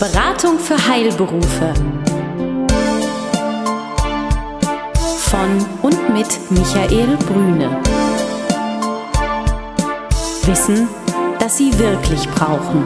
Beratung für Heilberufe. Von und mit Michael Brüne. Wissen, das Sie wirklich brauchen.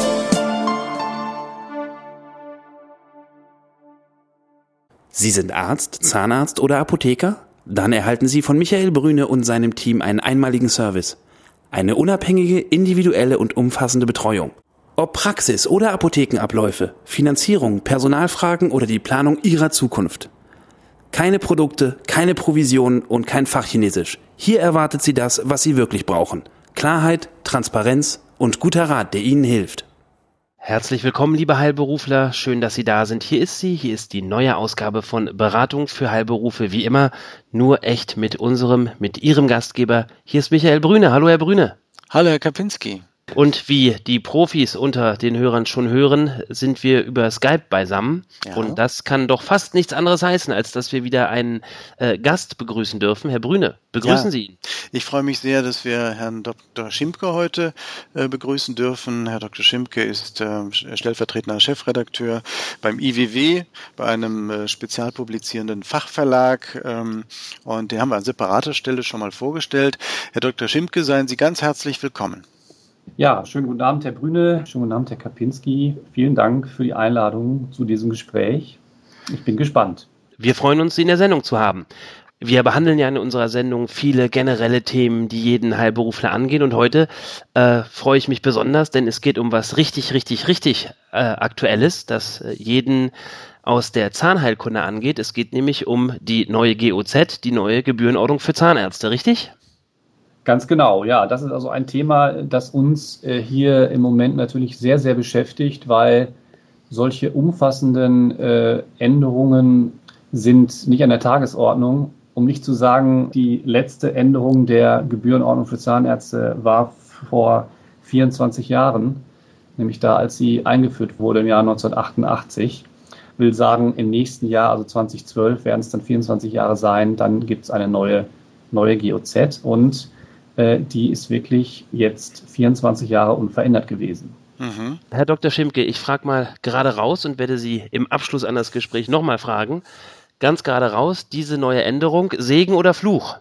Sie sind Arzt, Zahnarzt oder Apotheker? Dann erhalten Sie von Michael Brüne und seinem Team einen einmaligen Service. Eine unabhängige, individuelle und umfassende Betreuung. Ob Praxis- oder Apothekenabläufe, Finanzierung, Personalfragen oder die Planung Ihrer Zukunft. Keine Produkte, keine Provisionen und kein Fachchinesisch. Hier erwartet Sie das, was Sie wirklich brauchen. Klarheit, Transparenz und guter Rat, der Ihnen hilft. Herzlich willkommen, liebe Heilberufler. Schön, dass Sie da sind. Hier ist sie. Hier ist die neue Ausgabe von Beratung für Heilberufe. Wie immer, nur echt mit Ihrem Gastgeber. Hier ist Michael Brüne. Hallo, Herr Brüne. Hallo, Herr Kapinski. Und wie die Profis unter den Hörern schon hören, sind wir über Skype beisammen. Ja. Und das kann doch fast nichts anderes heißen, als dass wir wieder einen Gast begrüßen dürfen. Herr Brüne, begrüßen Sie ihn. Ich freue mich sehr, dass wir Herrn Dr. Schimpke heute begrüßen dürfen. Herr Dr. Schimpke ist stellvertretender Chefredakteur beim IWW, bei einem spezial publizierenden Fachverlag. Und den haben wir an separater Stelle schon mal vorgestellt. Herr Dr. Schimpke, seien Sie ganz herzlich willkommen. Ja, schönen guten Abend, Herr Brüne, schönen guten Abend, Herr Kapinski. Vielen Dank für die Einladung zu diesem Gespräch. Ich bin gespannt. Wir freuen uns, Sie in der Sendung zu haben. Wir behandeln ja in unserer Sendung viele generelle Themen, die jeden Heilberufler angehen. Und heute freue ich mich besonders, denn es geht um was richtig Aktuelles, das jeden aus der Zahnheilkunde angeht. Es geht nämlich um die neue GOZ, die neue Gebührenordnung für Zahnärzte, richtig? Ganz genau, ja. Das ist also ein Thema, das uns hier im Moment natürlich sehr, sehr beschäftigt, weil solche umfassenden Änderungen sind nicht an der Tagesordnung. Um nicht zu sagen, die letzte Änderung der Gebührenordnung für Zahnärzte war vor 24 Jahren, nämlich da, als sie eingeführt wurde im Jahr 1988. Will sagen, im nächsten Jahr, also 2012, werden es dann 24 Jahre sein, dann gibt es eine neue GOZ und die ist wirklich jetzt 24 Jahre unverändert gewesen. Mhm. Herr Dr. Schimpke, ich frage mal gerade raus und werde Sie im Abschluss an das Gespräch nochmal fragen. Ganz gerade raus, diese neue Änderung, Segen oder Fluch?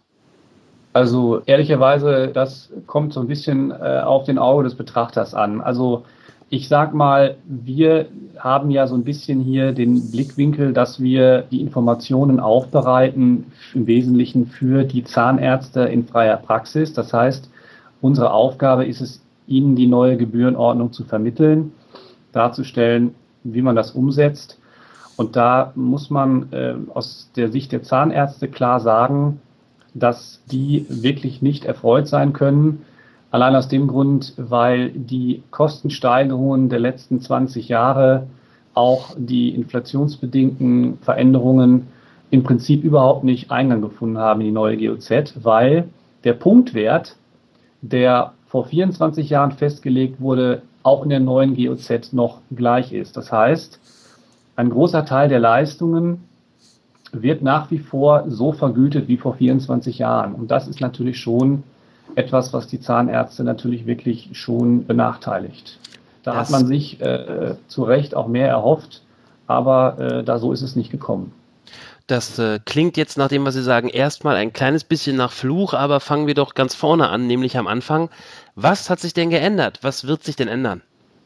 Also ehrlicherweise, das kommt so ein bisschen auf den Auge des Betrachters an. Also ich sag mal, wir haben ja so ein bisschen hier den Blickwinkel, dass wir die Informationen aufbereiten, im Wesentlichen für die Zahnärzte in freier Praxis. Das heißt, unsere Aufgabe ist es, ihnen die neue Gebührenordnung zu vermitteln, darzustellen, wie man das umsetzt. Und da muss man aus der Sicht der Zahnärzte klar sagen, dass die wirklich nicht erfreut sein können. Allein aus dem Grund, weil die Kostensteigerungen der letzten 20 Jahre, auch die inflationsbedingten Veränderungen im Prinzip überhaupt nicht Eingang gefunden haben in die neue GOZ, weil der Punktwert, der vor 24 Jahren festgelegt wurde, auch in der neuen GOZ noch gleich ist. Das heißt, ein großer Teil der Leistungen wird nach wie vor so vergütet wie vor 24 Jahren. Und das ist natürlich schon etwas, was die Zahnärzte natürlich wirklich schon benachteiligt. Da hat man sich zu Recht auch mehr erhofft, aber so ist es nicht gekommen. Das klingt jetzt, nach dem, was Sie sagen, erstmal ein kleines bisschen nach Fluch, aber fangen wir doch ganz vorne an, nämlich am Anfang. Was hat sich denn geändert? Was wird sich denn ändern?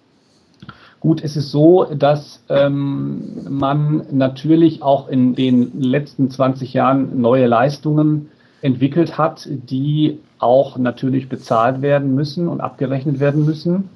Gut, es ist so, dass man natürlich auch in den letzten 20 Jahren neue Leistungen entwickelt hat, die auch natürlich bezahlt werden müssen und abgerechnet werden müssen.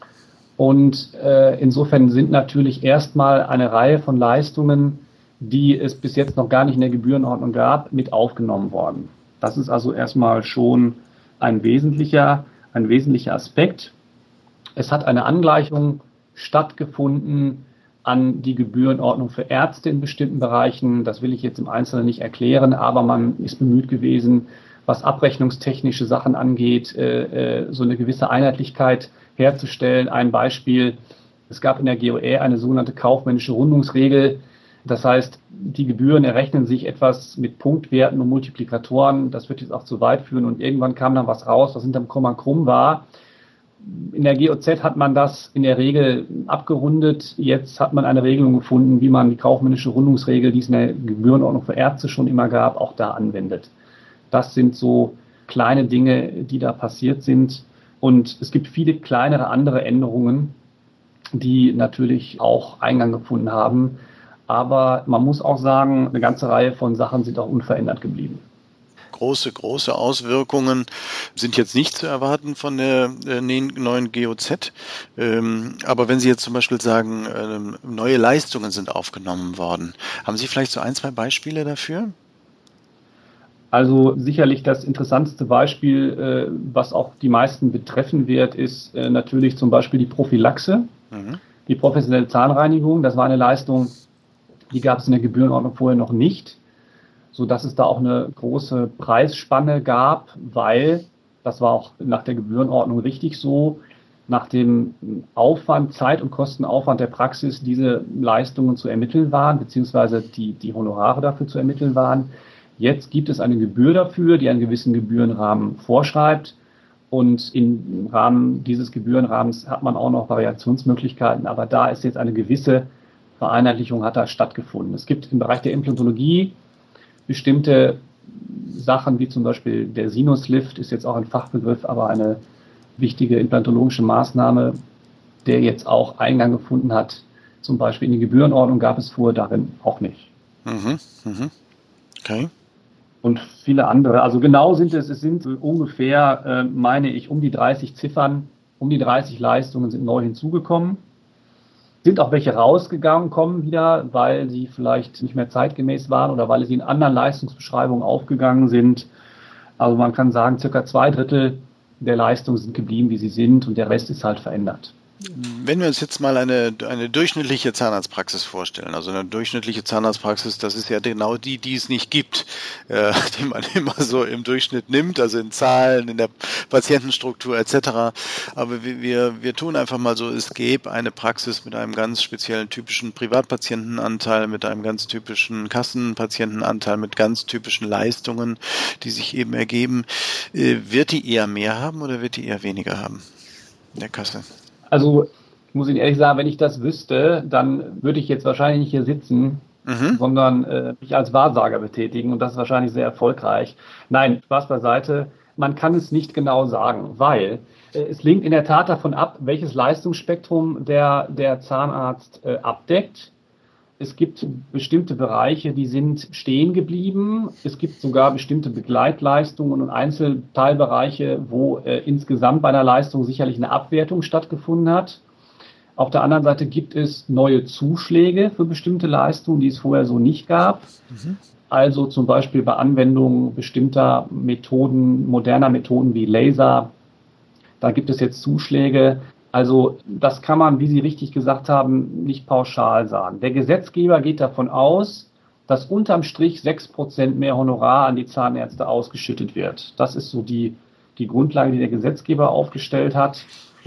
Und insofern sind natürlich erstmal eine Reihe von Leistungen, die es bis jetzt noch gar nicht in der Gebührenordnung gab, mit aufgenommen worden. Das ist also erstmal schon ein wesentlicher Aspekt. Es hat eine Angleichung stattgefunden an die Gebührenordnung für Ärzte in bestimmten Bereichen. Das will ich jetzt im Einzelnen nicht erklären, aber man ist bemüht gewesen, was abrechnungstechnische Sachen angeht, so eine gewisse Einheitlichkeit herzustellen. Ein Beispiel, es gab in der GOR eine sogenannte kaufmännische Rundungsregel. Das heißt, die Gebühren errechnen sich etwas mit Punktwerten und Multiplikatoren. Das wird jetzt auch zu weit führen und irgendwann kam dann was raus, was hinterm Komma krumm war. in der GOZ hat man das in der Regel abgerundet. Jetzt hat man eine Regelung gefunden, wie man die kaufmännische Rundungsregel, die es in der Gebührenordnung für Ärzte schon immer gab, auch da anwendet. Das sind so kleine Dinge, die da passiert sind. Und es gibt viele kleinere andere Änderungen, die natürlich auch Eingang gefunden haben. Aber man muss auch sagen, eine ganze Reihe von Sachen sind auch unverändert geblieben. Große Auswirkungen sind jetzt nicht zu erwarten von der neuen GOZ. Aber wenn Sie jetzt zum Beispiel sagen, neue Leistungen sind aufgenommen worden, haben Sie vielleicht so 1, 2 Beispiele dafür? Also sicherlich das interessanteste Beispiel, was auch die meisten betreffen wird, ist natürlich zum Beispiel die Prophylaxe, die professionelle Zahnreinigung. Das war eine Leistung, die gab es in der Gebührenordnung vorher noch nicht, sodass es da auch eine große Preisspanne gab, weil, das war auch nach der Gebührenordnung richtig so, nach dem Aufwand, Zeit- und Kostenaufwand der Praxis diese Leistungen zu ermitteln waren, beziehungsweise die Honorare dafür zu ermitteln waren. Jetzt gibt es eine Gebühr dafür, die einen gewissen Gebührenrahmen vorschreibt. Und im Rahmen dieses Gebührenrahmens hat man auch noch Variationsmöglichkeiten. Aber da ist jetzt eine gewisse Vereinheitlichung hat da stattgefunden. Es gibt im Bereich der Implantologie bestimmte Sachen, wie zum Beispiel der Sinuslift, ist jetzt auch ein Fachbegriff, aber eine wichtige implantologische Maßnahme, der jetzt auch Eingang gefunden hat. Zum Beispiel in die Gebührenordnung gab es vorher darin auch nicht. Okay. Und viele andere. Also genau sind es sind ungefähr, meine ich, um die 30 Ziffern, um die 30 Leistungen sind neu hinzugekommen. Sind auch welche rausgegangen, kommen wieder, weil sie vielleicht nicht mehr zeitgemäß waren oder weil sie in anderen Leistungsbeschreibungen aufgegangen sind. Also man kann sagen, circa 2/3 der Leistungen sind geblieben, wie sie sind, und der Rest ist halt verändert. Wenn wir uns jetzt mal eine durchschnittliche Zahnarztpraxis vorstellen, also eine durchschnittliche Zahnarztpraxis, das ist ja genau die es nicht gibt, die man immer so im Durchschnitt nimmt, also in Zahlen, in der Patientenstruktur etc. Aber wir tun einfach mal so, es gäbe eine Praxis mit einem ganz speziellen typischen Privatpatientenanteil, mit einem ganz typischen Kassenpatientenanteil, mit ganz typischen Leistungen, die sich eben ergeben. Wird die eher mehr haben oder wird die eher weniger haben in der Kasse? Also, ich muss Ihnen ehrlich sagen, wenn ich das wüsste, dann würde ich jetzt wahrscheinlich nicht hier sitzen, sondern mich als Wahrsager betätigen, und das ist wahrscheinlich sehr erfolgreich. Nein, Spaß beiseite. Man kann es nicht genau sagen, weil es hängt in der Tat davon ab, welches Leistungsspektrum der Zahnarzt abdeckt. Es gibt bestimmte Bereiche, die sind stehen geblieben. Es gibt sogar bestimmte Begleitleistungen und Einzelteilbereiche, wo insgesamt bei einer Leistung sicherlich eine Abwertung stattgefunden hat. Auf der anderen Seite gibt es neue Zuschläge für bestimmte Leistungen, die es vorher so nicht gab. Also zum Beispiel bei Anwendung bestimmter Methoden, moderner Methoden wie Laser. Da gibt es jetzt Zuschläge. Also das kann man, wie Sie richtig gesagt haben, nicht pauschal sagen. Der Gesetzgeber geht davon aus, dass unterm Strich 6% mehr Honorar an die Zahnärzte ausgeschüttet wird. Das ist so die Grundlage, die der Gesetzgeber aufgestellt hat.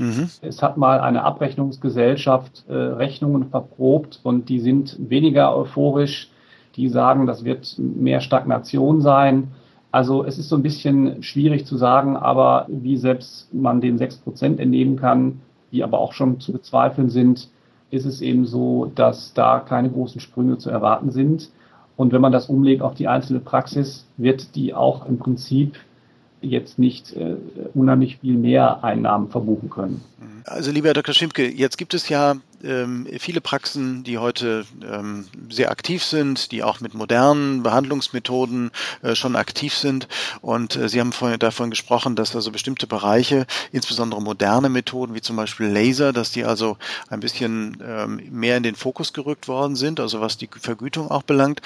Es hat mal eine Abrechnungsgesellschaft Rechnungen verprobt, und die sind weniger euphorisch. Die sagen, das wird mehr Stagnation sein. Also es ist so ein bisschen schwierig zu sagen, aber wie selbst man den 6% entnehmen kann, die aber auch schon zu bezweifeln sind, ist es eben so, dass da keine großen Sprünge zu erwarten sind. Und wenn man das umlegt auf die einzelne Praxis, wird die auch im Prinzip jetzt nicht unheimlich viel mehr Einnahmen verbuchen können. Also lieber Herr Dr. Schimpke, jetzt gibt es ja viele Praxen, die heute sehr aktiv sind, die auch mit modernen Behandlungsmethoden schon aktiv sind. Und Sie haben davon gesprochen, dass also bestimmte Bereiche, insbesondere moderne Methoden wie zum Beispiel Laser, dass die also ein bisschen mehr in den Fokus gerückt worden sind, also was die Vergütung auch belangt.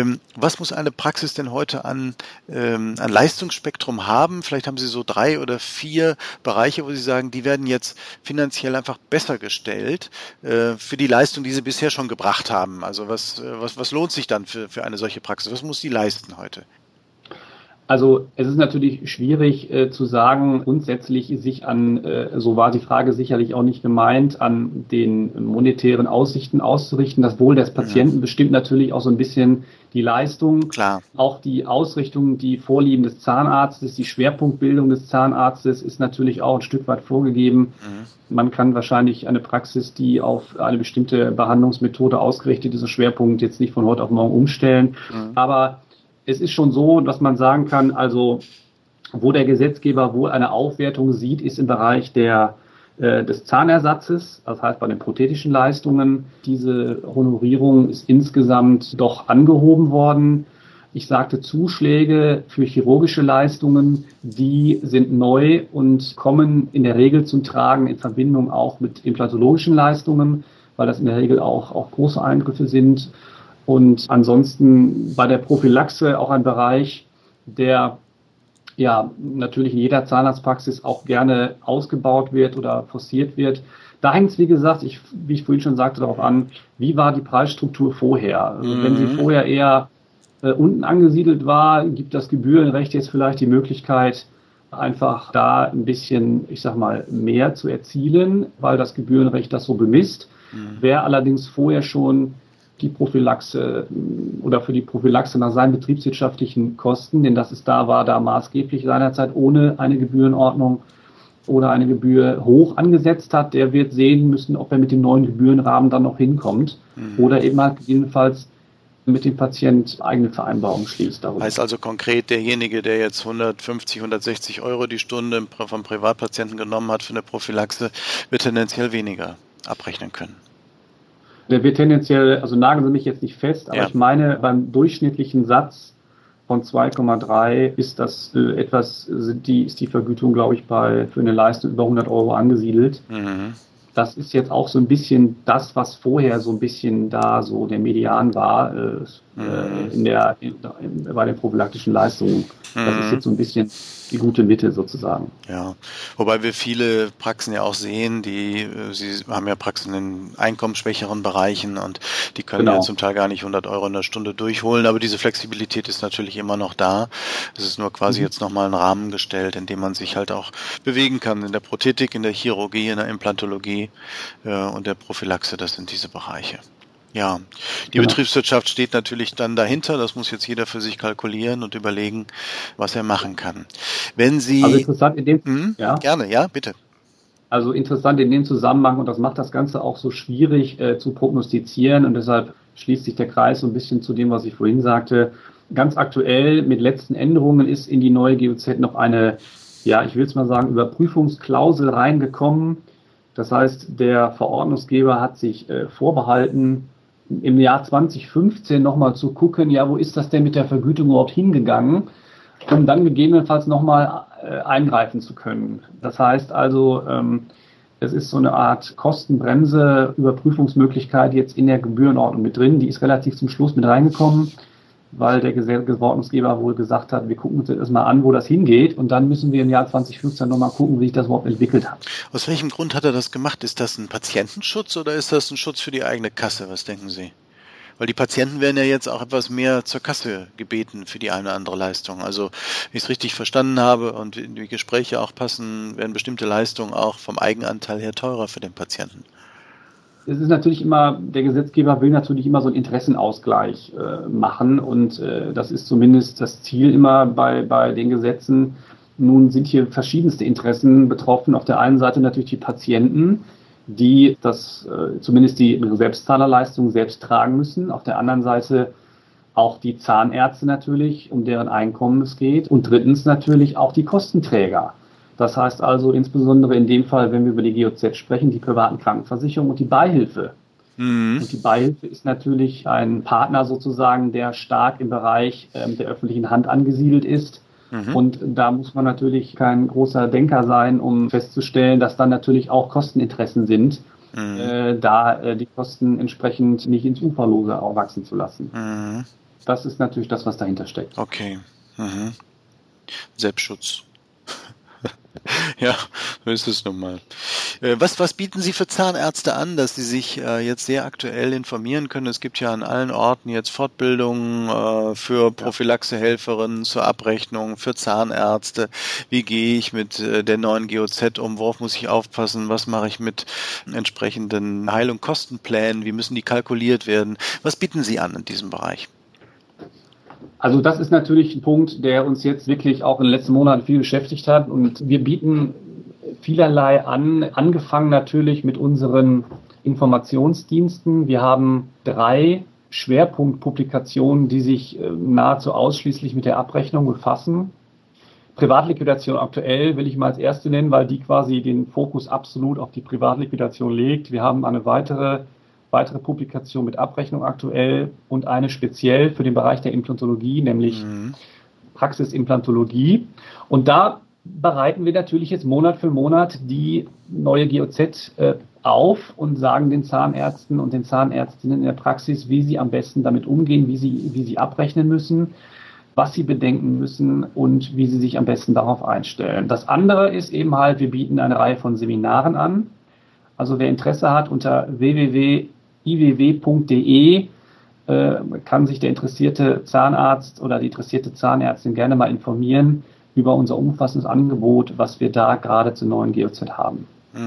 Was muss eine Praxis denn heute an Leistungsspektrum haben? Vielleicht haben Sie so 3 oder 4 Bereiche, wo Sie sagen, die werden jetzt finanziell einfach besser gestellt für die Leistung, die sie bisher schon gebracht haben. Also was lohnt sich dann für eine solche Praxis? Was muss die leisten heute? Also es ist natürlich schwierig zu sagen, grundsätzlich sich an, so war die Frage sicherlich auch nicht gemeint, an den monetären Aussichten auszurichten. Das Wohl des Patienten bestimmt natürlich auch so ein bisschen die Leistung. Klar. Auch die Ausrichtung, die Vorlieben des Zahnarztes, die Schwerpunktbildung des Zahnarztes ist natürlich auch ein Stück weit vorgegeben. Man kann wahrscheinlich eine Praxis, die auf eine bestimmte Behandlungsmethode ausgerichtet ist, Schwerpunkt jetzt nicht von heute auf morgen umstellen. Aber es ist schon so, dass man sagen kann, also wo der Gesetzgeber wohl eine Aufwertung sieht, ist im Bereich des Zahnersatzes, das heißt bei den prothetischen Leistungen. Diese Honorierung ist insgesamt doch angehoben worden. Ich sagte Zuschläge für chirurgische Leistungen, die sind neu und kommen in der Regel zum Tragen in Verbindung auch mit implantologischen Leistungen, weil das in der Regel auch große Eingriffe sind. Und ansonsten bei der Prophylaxe auch ein Bereich, der ja natürlich in jeder Zahnarztpraxis auch gerne ausgebaut wird oder forciert wird. Da hängt es, wie gesagt, wie ich vorhin schon sagte, darauf an, wie war die Preisstruktur vorher. Also wenn sie vorher eher unten angesiedelt war, gibt das Gebührenrecht jetzt vielleicht die Möglichkeit, einfach da ein bisschen, ich sag mal, mehr zu erzielen, weil das Gebührenrecht das so bemisst. Wer allerdings vorher schon die Prophylaxe oder für die Prophylaxe nach seinen betriebswirtschaftlichen Kosten, denn das ist da maßgeblich seinerzeit ohne eine Gebührenordnung oder eine Gebühr hoch angesetzt hat, der wird sehen müssen, ob er mit dem neuen Gebührenrahmen dann noch hinkommt oder eben halt jedenfalls mit dem Patient eigene Vereinbarungen schließt. Darüber. Heißt also konkret, derjenige, der jetzt 150, 160 € die Stunde vom Privatpatienten genommen hat für eine Prophylaxe, wird tendenziell weniger abrechnen können. Der wird tendenziell, also nageln Sie mich jetzt nicht fest, aber ich meine, beim durchschnittlichen Satz von 2,3 ist das ist die Vergütung, glaube ich, für eine Leistung über 100 € angesiedelt. Das ist jetzt auch so ein bisschen das, was vorher so ein bisschen da so der Median war bei den prophylaktischen Leistungen. Das ist jetzt so ein bisschen die gute Mitte sozusagen. Ja, wobei wir viele Praxen ja auch sehen, sie haben ja Praxen in einkommensschwächeren Bereichen und die können ja zum Teil gar nicht 100 € in der Stunde durchholen, aber diese Flexibilität ist natürlich immer noch da. Es ist nur quasi jetzt nochmal ein Rahmen gestellt, in dem man sich halt auch bewegen kann. In der Prothetik, in der Chirurgie, in der Implantologie und der Prophylaxe, das sind diese Bereiche. Ja, die Betriebswirtschaft steht natürlich dann dahinter. Das muss jetzt jeder für sich kalkulieren und überlegen, was er machen kann. Wenn Sie also interessant in dem gerne, ja, bitte. Also interessant in dem Zusammenhang, und das macht das Ganze auch so schwierig zu prognostizieren, und deshalb schließt sich der Kreis so ein bisschen zu dem, was ich vorhin sagte. Ganz aktuell mit letzten Änderungen ist in die neue GOZ noch eine, ich will es mal sagen, Überprüfungsklausel reingekommen. Das heißt, der Verordnungsgeber hat sich vorbehalten, im Jahr 2015 nochmal zu gucken, wo ist das denn mit der Vergütung überhaupt hingegangen, um dann gegebenenfalls nochmal eingreifen zu können. Das heißt also, es ist so eine Art Kostenbremse, Überprüfungsmöglichkeit jetzt in der Gebührenordnung mit drin. Die ist relativ zum Schluss mit reingekommen, weil der Verordnungsgeber wohl gesagt hat, wir gucken uns erstmal an, wo das hingeht, und dann müssen wir im Jahr 2015 nochmal gucken, wie sich das überhaupt entwickelt hat. Aus welchem Grund hat er das gemacht? Ist das ein Patientenschutz oder ist das ein Schutz für die eigene Kasse? Was denken Sie? Weil die Patienten werden ja jetzt auch etwas mehr zur Kasse gebeten für die eine oder andere Leistung. Also, wenn ich es richtig verstanden habe und die Gespräche auch passen, werden bestimmte Leistungen auch vom Eigenanteil her teurer für den Patienten. Es ist natürlich immer, der Gesetzgeber will natürlich immer so einen Interessenausgleich machen, und das ist zumindest das Ziel immer bei den Gesetzen. Nun sind hier verschiedenste Interessen betroffen. Auf der einen Seite natürlich die Patienten, die zumindest die Selbstzahlerleistung selbst tragen müssen. Auf der anderen Seite auch die Zahnärzte natürlich, um deren Einkommen es geht. Und drittens natürlich auch die Kostenträger. Das heißt also insbesondere in dem Fall, wenn wir über die GOZ sprechen, die privaten Krankenversicherungen und die Beihilfe. Und die Beihilfe ist natürlich ein Partner sozusagen, der stark im Bereich der öffentlichen Hand angesiedelt ist. Und da muss man natürlich kein großer Denker sein, um festzustellen, dass dann natürlich auch Kosteninteressen sind, die Kosten entsprechend nicht ins Uferlose auch wachsen zu lassen. Das ist natürlich das, was dahinter steckt. Okay. Selbstschutz. Ja, so ist es nun mal. Was bieten Sie für Zahnärzte an, dass sie sich jetzt sehr aktuell informieren können? Es gibt ja an allen Orten jetzt Fortbildungen für Prophylaxehelferinnen zur Abrechnung, für Zahnärzte. Wie gehe ich mit der neuen GOZ um? Worauf muss ich aufpassen? Was mache ich mit entsprechenden Heil- und Kostenplänen? Wie müssen die kalkuliert werden? Was bieten Sie an in diesem Bereich? Also das ist natürlich ein Punkt, der uns jetzt wirklich auch in den letzten Monaten viel beschäftigt hat. Und wir bieten vielerlei an, angefangen natürlich mit unseren Informationsdiensten. Wir haben 3 Schwerpunktpublikationen, die sich nahezu ausschließlich mit der Abrechnung befassen. Privatliquidation aktuell will ich mal als erste nennen, weil die quasi den Fokus absolut auf die Privatliquidation legt. Wir haben eine weitere Publikation mit Abrechnung aktuell und eine speziell für den Bereich der Implantologie, nämlich Praxisimplantologie. Und da bereiten wir natürlich jetzt Monat für Monat die neue GOZ auf und sagen den Zahnärzten und den Zahnärztinnen in der Praxis, wie sie am besten damit umgehen, wie sie abrechnen müssen, was sie bedenken müssen und wie sie sich am besten darauf einstellen. Das andere ist eben halt, wir bieten eine Reihe von Seminaren an. Also wer Interesse hat, unter www.iww.de kann sich der interessierte Zahnarzt oder die interessierte Zahnärztin gerne mal informieren über unser umfassendes Angebot, was wir da gerade zur neuen GOZ haben.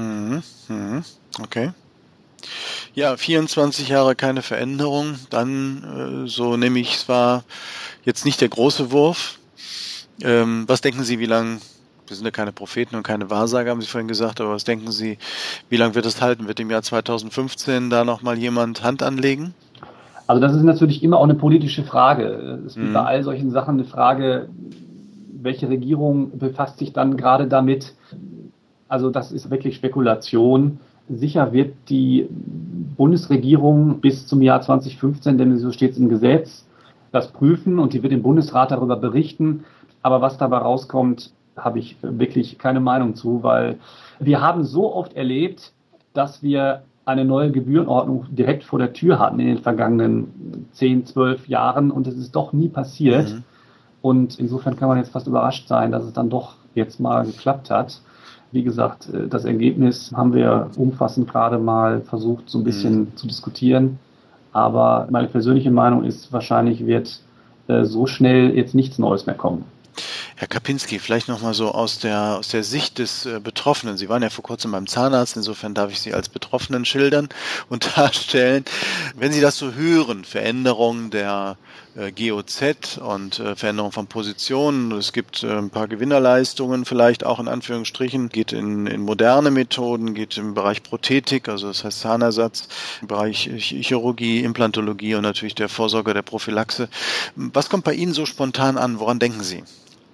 Okay. Ja, 24 Jahre keine Veränderung, dann, so nehme ich, es war jetzt nicht der große Wurf. Was denken Sie, wie lange, wir sind ja keine Propheten und keine Wahrsager, haben Sie vorhin gesagt, aber was denken Sie, wie lange wird es halten? Wird im Jahr 2015 da nochmal jemand Hand anlegen? Also das ist natürlich immer auch eine politische Frage. Es ist bei all solchen Sachen eine Frage, welche Regierung befasst sich dann gerade damit? Also das ist wirklich Spekulation. Sicher wird die Bundesregierung bis zum Jahr 2015, denn so steht es im Gesetz, das prüfen und die wird im Bundesrat darüber berichten. Aber was dabei rauskommt, habe ich wirklich keine Meinung zu, weil wir haben so oft erlebt, dass wir eine neue Gebührenordnung direkt vor der Tür hatten in den vergangenen 10, 12 Jahren und es ist doch nie passiert. Und insofern kann man jetzt fast überrascht sein, dass es dann doch jetzt mal geklappt hat. Wie gesagt, das Ergebnis haben wir umfassend gerade mal versucht, so ein bisschen zu diskutieren. Aber meine persönliche Meinung ist, wahrscheinlich wird so schnell jetzt nichts Neues mehr kommen. Herr Kapinski, vielleicht nochmal so aus der Sicht des Betroffenen. Sie waren ja vor kurzem beim Zahnarzt, insofern darf ich Sie als Betroffenen schildern und darstellen. Wenn Sie das so hören, Veränderungen der GOZ und Veränderung von Positionen, es gibt ein paar Gewinnerleistungen vielleicht auch in Anführungsstrichen, geht in moderne Methoden, geht im Bereich Prothetik, also das heißt Zahnersatz, im Bereich Chirurgie, Implantologie und natürlich der Vorsorge der Prophylaxe. Was kommt bei Ihnen so spontan an? Woran denken Sie?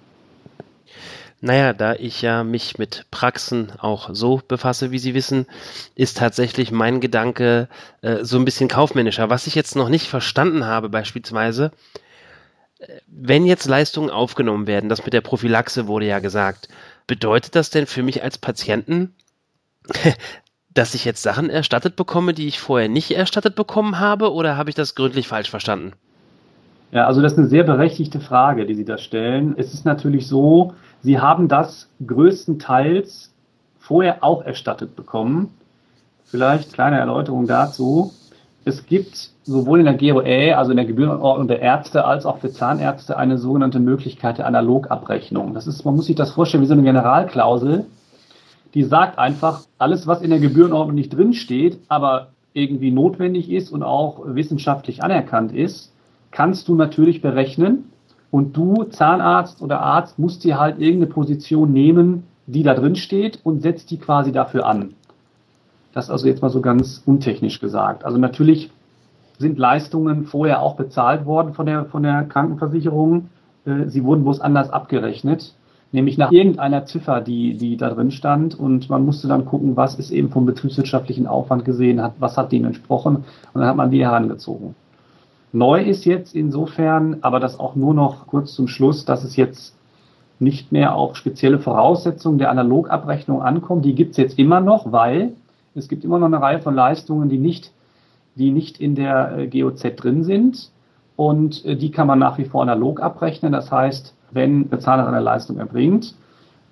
Naja, da ich ja mich mit Praxen auch so befasse, wie Sie wissen, ist tatsächlich mein Gedanke so ein bisschen kaufmännischer. Was ich jetzt noch nicht verstanden habe beispielsweise, wenn jetzt Leistungen aufgenommen werden, das mit der Prophylaxe wurde ja gesagt, bedeutet das denn für mich als Patienten, dass ich jetzt Sachen erstattet bekomme, die ich vorher nicht erstattet bekommen habe, oder habe ich das gründlich falsch verstanden? Ja, also das ist eine sehr berechtigte Frage, die Sie da stellen. Es ist natürlich so, Sie haben das größtenteils vorher auch erstattet bekommen. Vielleicht kleine Erläuterung dazu. Es gibt sowohl in der GOÄ, also in der Gebührenordnung der Ärzte, als auch für Zahnärzte eine sogenannte Möglichkeit der Analogabrechnung. Das ist, man muss sich das vorstellen wie so eine Generalklausel, die sagt einfach, alles, was in der Gebührenordnung nicht drinsteht, aber irgendwie notwendig ist und auch wissenschaftlich anerkannt ist, kannst du natürlich berechnen und du, Zahnarzt oder Arzt, musst dir halt irgendeine Position nehmen, die da drin steht und setzt die quasi dafür an. Das ist also jetzt mal so ganz untechnisch gesagt. Also natürlich sind Leistungen vorher auch bezahlt worden von der Krankenversicherung. Sie wurden bloß anders abgerechnet, nämlich nach irgendeiner Ziffer, die da drin stand, und man musste dann gucken, was ist eben vom betriebswirtschaftlichen Aufwand gesehen, was hat dem entsprochen, und dann hat man die herangezogen. Neu ist jetzt insofern, aber das auch nur noch kurz zum Schluss, dass es jetzt nicht mehr auf spezielle Voraussetzungen der Analogabrechnung ankommt. Die gibt es jetzt immer noch, weil es gibt immer noch eine Reihe von Leistungen, die nicht in der GOZ drin sind, und die kann man nach wie vor analog abrechnen. Das heißt, wenn der Zahnarzt eine Leistung erbringt,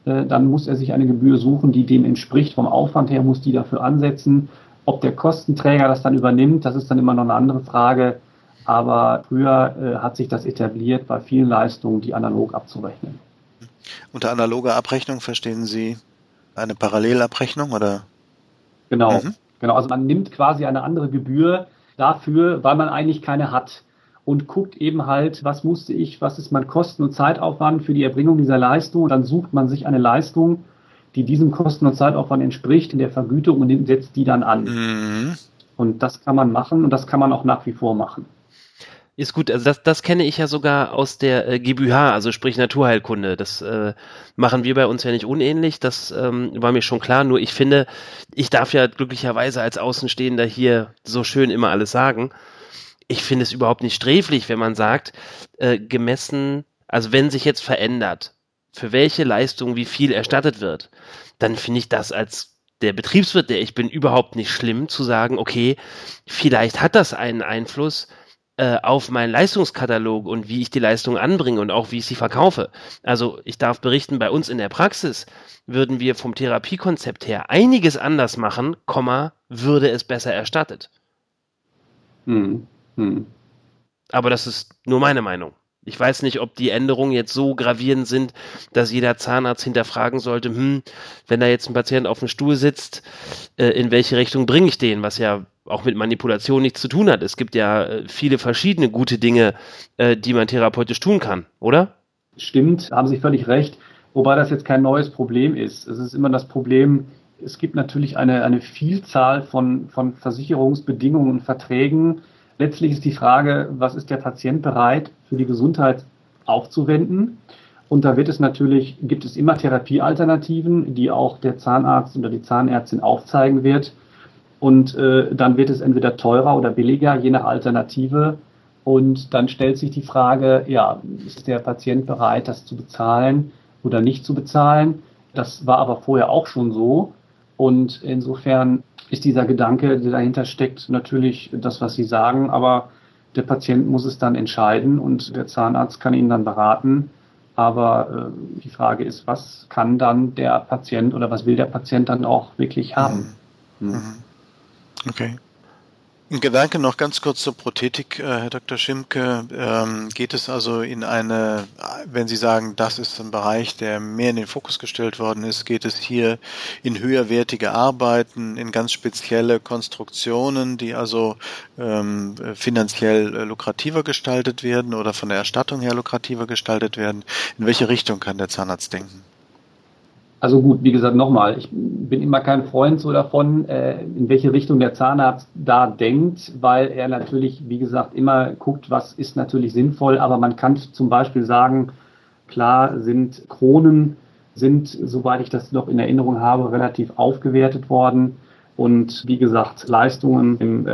dann muss er sich eine Gebühr suchen, die dem entspricht. Vom Aufwand her muss die dafür ansetzen. Ob der Kostenträger das dann übernimmt, das ist dann immer noch eine andere Frage. Aber früher hat sich das etabliert, bei vielen Leistungen, die analog abzurechnen. Unter analoger Abrechnung verstehen Sie eine Parallelabrechnung, oder? Genau, genau. Also man nimmt quasi eine andere Gebühr dafür, weil man eigentlich keine hat. Und guckt eben halt, was ist mein Kosten- und Zeitaufwand für die Erbringung dieser Leistung. Und dann sucht man sich eine Leistung, die diesem Kosten- und Zeitaufwand entspricht in der Vergütung und setzt die dann an. Mhm. Und das kann man machen und das kann man auch nach wie vor machen. Ist gut, also das kenne ich ja sogar aus der GmbH, also sprich Naturheilkunde. Das machen wir bei uns ja nicht unähnlich, das war mir schon klar, nur ich finde, ich darf ja glücklicherweise als Außenstehender hier so schön immer alles sagen. Ich finde es überhaupt nicht sträflich, wenn man sagt, gemessen, also wenn sich jetzt verändert, für welche Leistung wie viel erstattet wird, dann finde ich das als der Betriebswirt, der ich bin, überhaupt nicht schlimm zu sagen, okay, vielleicht hat das einen Einfluss auf meinen Leistungskatalog und wie ich die Leistung anbringe und auch wie ich sie verkaufe. Also ich darf berichten, bei uns in der Praxis würden wir vom Therapiekonzept her einiges anders machen, würde es besser erstattet. Aber das ist nur meine Meinung. Ich weiß nicht, ob die Änderungen jetzt so gravierend sind, dass jeder Zahnarzt hinterfragen sollte, wenn da jetzt ein Patient auf dem Stuhl sitzt, in welche Richtung bringe ich den, was ja auch mit Manipulation nichts zu tun hat. Es gibt ja viele verschiedene gute Dinge, die man therapeutisch tun kann, oder? Stimmt, haben Sie völlig recht, wobei das jetzt kein neues Problem ist. Es ist immer das Problem, es gibt natürlich eine Vielzahl von Versicherungsbedingungen und Verträgen. Letztlich ist die Frage, was ist der Patient bereit für die Gesundheit aufzuwenden? Und da gibt es immer Therapiealternativen, die auch der Zahnarzt oder die Zahnärztin aufzeigen wird. Und dann wird es entweder teurer oder billiger, je nach Alternative. Und dann stellt sich die Frage, ist der Patient bereit, das zu bezahlen oder nicht zu bezahlen? Das war aber vorher auch schon so. Und insofern ist dieser Gedanke, der dahinter steckt, natürlich das, was Sie sagen. Aber der Patient muss es dann entscheiden und der Zahnarzt kann ihn dann beraten. Aber die Frage ist, was kann dann der Patient oder was will der Patient dann auch wirklich haben? Okay. Ein Gedanke noch ganz kurz zur Prothetik, Herr Dr. Schimke. Geht es also wenn Sie sagen, das ist ein Bereich, der mehr in den Fokus gestellt worden ist, geht es hier in höherwertige Arbeiten, in ganz spezielle Konstruktionen, die also finanziell lukrativer gestaltet werden oder von der Erstattung her lukrativer gestaltet werden? In welche Richtung kann der Zahnarzt denken? Also gut, wie gesagt, nochmal, ich bin immer kein Freund so davon, in welche Richtung der Zahnarzt da denkt, weil er natürlich, wie gesagt, immer guckt, was ist natürlich sinnvoll, aber man kann zum Beispiel sagen, klar Kronen sind, soweit ich das noch in Erinnerung habe, relativ aufgewertet worden und wie gesagt, Leistungen im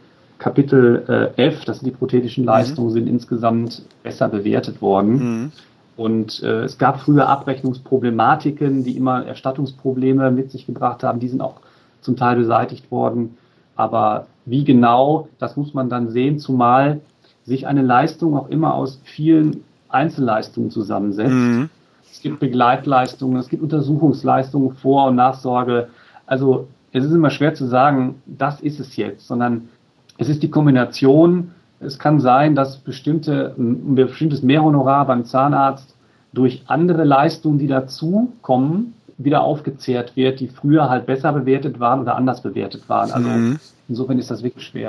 Kapitel F, das sind die prothetischen Leistungen, sind insgesamt besser bewertet worden. Und es gab früher Abrechnungsproblematiken, die immer Erstattungsprobleme mit sich gebracht haben. Die sind auch zum Teil beseitigt worden. Aber wie genau, das muss man dann sehen, zumal sich eine Leistung auch immer aus vielen Einzelleistungen zusammensetzt. Es gibt Begleitleistungen, es gibt Untersuchungsleistungen, Vor- und Nachsorge. Also es ist immer schwer zu sagen, das ist es jetzt, sondern es ist die Kombination. Es kann sein, dass ein bestimmtes Mehrhonorar beim Zahnarzt durch andere Leistungen, die dazukommen, wieder aufgezehrt wird, die früher halt besser bewertet waren oder anders bewertet waren. Also insofern ist das wirklich schwer.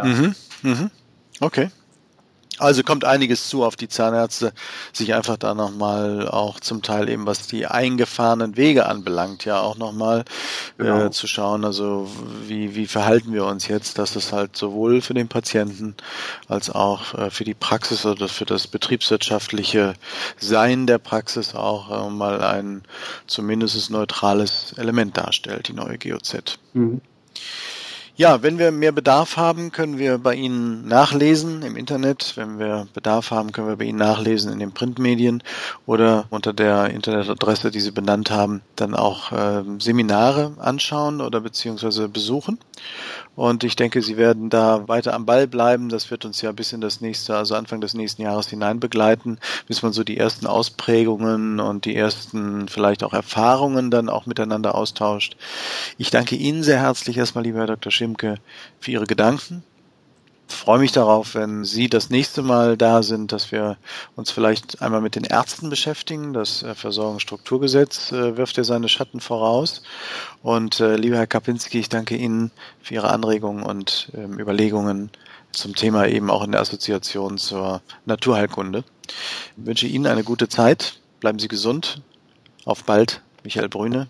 Okay. Also kommt einiges zu auf die Zahnärzte, sich einfach da nochmal auch zum Teil eben, was die eingefahrenen Wege anbelangt, ja auch nochmal zu schauen, also wie verhalten wir uns jetzt, dass es halt sowohl für den Patienten als auch für die Praxis oder für das betriebswirtschaftliche Sein der Praxis auch mal ein zumindest neutrales Element darstellt, die neue GOZ. Ja, wenn wir mehr Bedarf haben, können wir bei Ihnen nachlesen im Internet. Wenn wir Bedarf haben, können wir bei Ihnen nachlesen in den Printmedien oder unter der Internetadresse, die Sie benannt haben, dann auch Seminare anschauen oder beziehungsweise besuchen. Und ich denke, Sie werden da weiter am Ball bleiben. Das wird uns ja bis in das nächste, also Anfang des nächsten Jahres hinein begleiten, bis man so die ersten Ausprägungen und die ersten vielleicht auch Erfahrungen dann auch miteinander austauscht. Ich danke Ihnen sehr herzlich erstmal, lieber Herr Dr. Schimke, für Ihre Gedanken. Ich freue mich darauf, wenn Sie das nächste Mal da sind, dass wir uns vielleicht einmal mit den Ärzten beschäftigen. Das Versorgungsstrukturgesetz wirft ja seine Schatten voraus. Und lieber Herr Kapinski, ich danke Ihnen für Ihre Anregungen und Überlegungen zum Thema eben auch in der Assoziation zur Naturheilkunde. Ich wünsche Ihnen eine gute Zeit. Bleiben Sie gesund. Auf bald, Michael Brüne.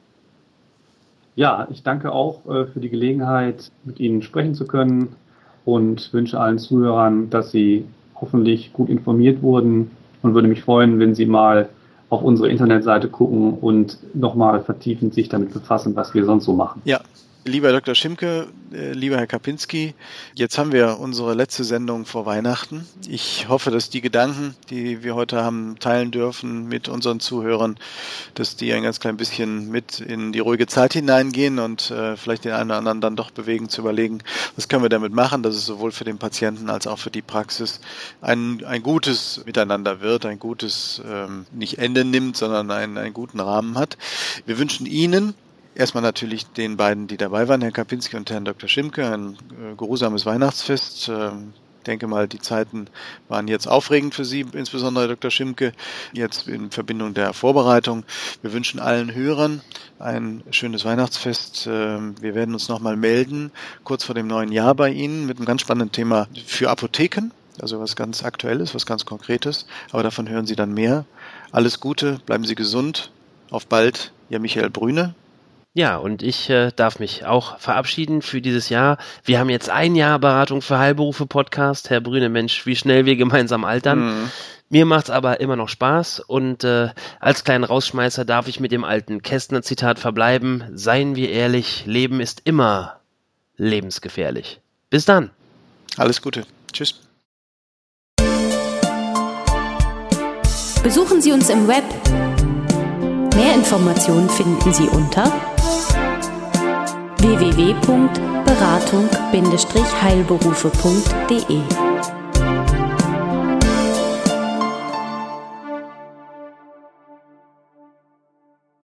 Ja, ich danke auch für die Gelegenheit, mit Ihnen sprechen zu können und wünsche allen Zuhörern, dass sie hoffentlich gut informiert wurden und würde mich freuen, wenn Sie mal auf unsere Internetseite gucken und nochmal vertiefend sich damit befassen, was wir sonst so machen. Ja. Lieber Dr. Schimke, lieber Herr Kapinski, jetzt haben wir unsere letzte Sendung vor Weihnachten. Ich hoffe, dass die Gedanken, die wir heute haben teilen dürfen mit unseren Zuhörern, dass die ein ganz klein bisschen mit in die ruhige Zeit hineingehen und vielleicht den einen oder anderen dann doch bewegen, zu überlegen, was können wir damit machen, dass es sowohl für den Patienten als auch für die Praxis ein gutes Miteinander wird, ein gutes nicht Ende nimmt, sondern einen guten Rahmen hat. Wir wünschen Ihnen erstmal natürlich den beiden, die dabei waren, Herrn Kapinski und Herrn Dr. Schimke, ein geruhsames Weihnachtsfest. Ich denke mal, die Zeiten waren jetzt aufregend für Sie, insbesondere Dr. Schimke, jetzt in Verbindung der Vorbereitung. Wir wünschen allen Hörern ein schönes Weihnachtsfest. Wir werden uns nochmal melden, kurz vor dem neuen Jahr bei Ihnen, mit einem ganz spannenden Thema für Apotheken, also was ganz Aktuelles, was ganz Konkretes. Aber davon hören Sie dann mehr. Alles Gute, bleiben Sie gesund. Auf bald, Ihr Michael Brüne. Ja, und ich darf mich auch verabschieden für dieses Jahr. Wir haben jetzt ein Jahr Beratung für Heilberufe Podcast. Herr Brüne, Mensch, wie schnell wir gemeinsam altern. Mir macht's aber immer noch Spaß und als kleinen Rausschmeißer darf ich mit dem alten Kästner-Zitat verbleiben. Seien wir ehrlich, Leben ist immer lebensgefährlich. Bis dann. Alles Gute. Tschüss. Besuchen Sie uns im Web. Mehr Informationen finden Sie unter www.beratung-heilberufe.de